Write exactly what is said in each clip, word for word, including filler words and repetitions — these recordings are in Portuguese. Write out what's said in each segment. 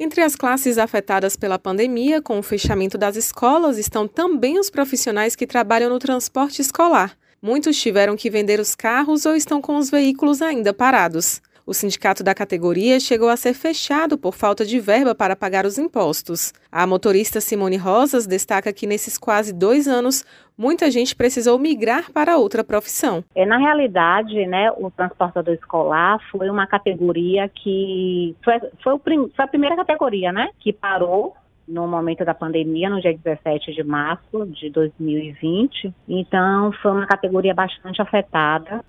Entre as classes afetadas pela pandemia, com o fechamento das escolas, estão também os profissionais que trabalham no transporte escolar. Muitos tiveram que vender os carros ou estão com os veículos ainda parados. O sindicato da categoria chegou a ser fechado por falta de verba para pagar os impostos. A motorista Simone Rosas destaca que nesses quase dois anos, muita gente precisou migrar para outra profissão. É, na realidade, né, o transportador escolar foi uma categoria que foi, foi, o prim, foi a primeira categoria, né, que parou no momento da pandemia, no dia dezessete de março de dois mil e vinte. Então, foi uma categoria bastante afetada,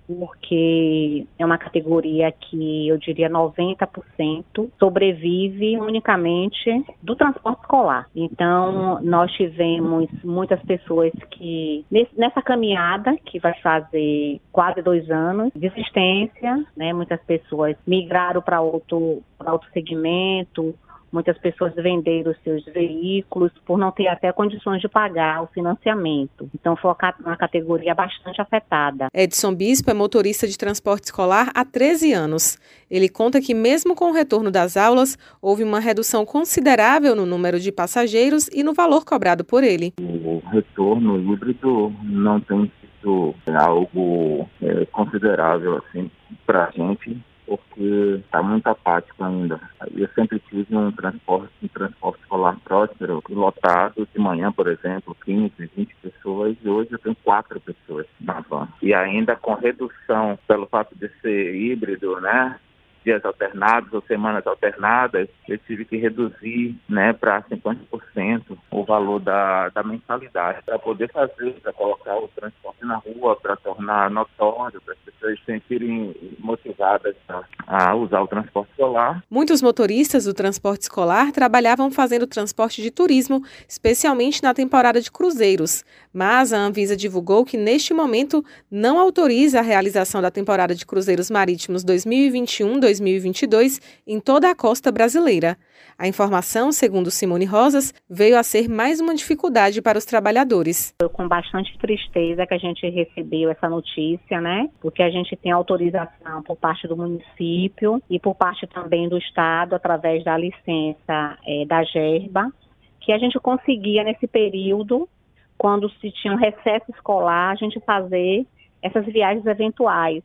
porque é uma categoria que, eu diria, noventa por cento sobrevive unicamente do transporte escolar. Então, nós tivemos muitas pessoas que, nessa caminhada, que vai fazer quase dois anos, de existência, né, muitas pessoas migraram para outro, para outro segmento. Muitas pessoas venderam os seus veículos por não ter até condições de pagar o financiamento. Então, foi uma categoria bastante afetada. Edson Bispo é motorista de transporte escolar há treze anos. Ele conta que, mesmo com o retorno das aulas, houve uma redução considerável no número de passageiros e no valor cobrado por ele. O retorno híbrido não tem sido algo é, considerável assim, para a gente, porque está muito apático ainda. Eu sempre tive um transporte, um transporte escolar próspero, lotado de manhã, por exemplo, quinze, vinte pessoas, e hoje eu tenho quatro pessoas na van. E ainda com redução, pelo fato de ser híbrido, né? Dias alternados ou semanas alternadas, eu tive que reduzir, né, para cinquenta por cento o valor da, da mensalidade, para poder fazer, para colocar o transporte na rua, para tornar notório, para as pessoas se sentirem motivadas a, a usar o transporte escolar. Muitos motoristas do transporte escolar trabalhavam fazendo transporte de turismo, especialmente na temporada de cruzeiros, mas a Anvisa divulgou que, neste momento, não autoriza a realização da temporada de cruzeiros marítimos dois mil e vinte e um dois mil e vinte e dois em toda a costa brasileira. A informação, segundo Simone Rosas, veio a ser mais uma dificuldade para os trabalhadores. Foi com bastante tristeza que a gente recebeu essa notícia, né? Porque a gente tem autorização por parte do município e por parte também do Estado, através da licença é, da Gerba, que a gente conseguia nesse período, quando se tinha um recesso escolar, a gente fazer essas viagens eventuais.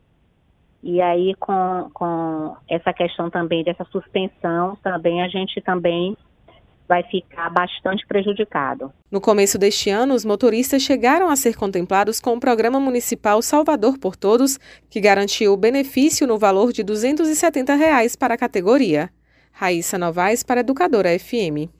E aí, com, com essa questão também dessa suspensão, também a gente também vai ficar bastante prejudicado. No começo deste ano, os motoristas chegaram a ser contemplados com o Programa Municipal Salvador por Todos, que garantiu o benefício no valor de duzentos e setenta reais para a categoria. Raíssa Novaes, para Educadora F M.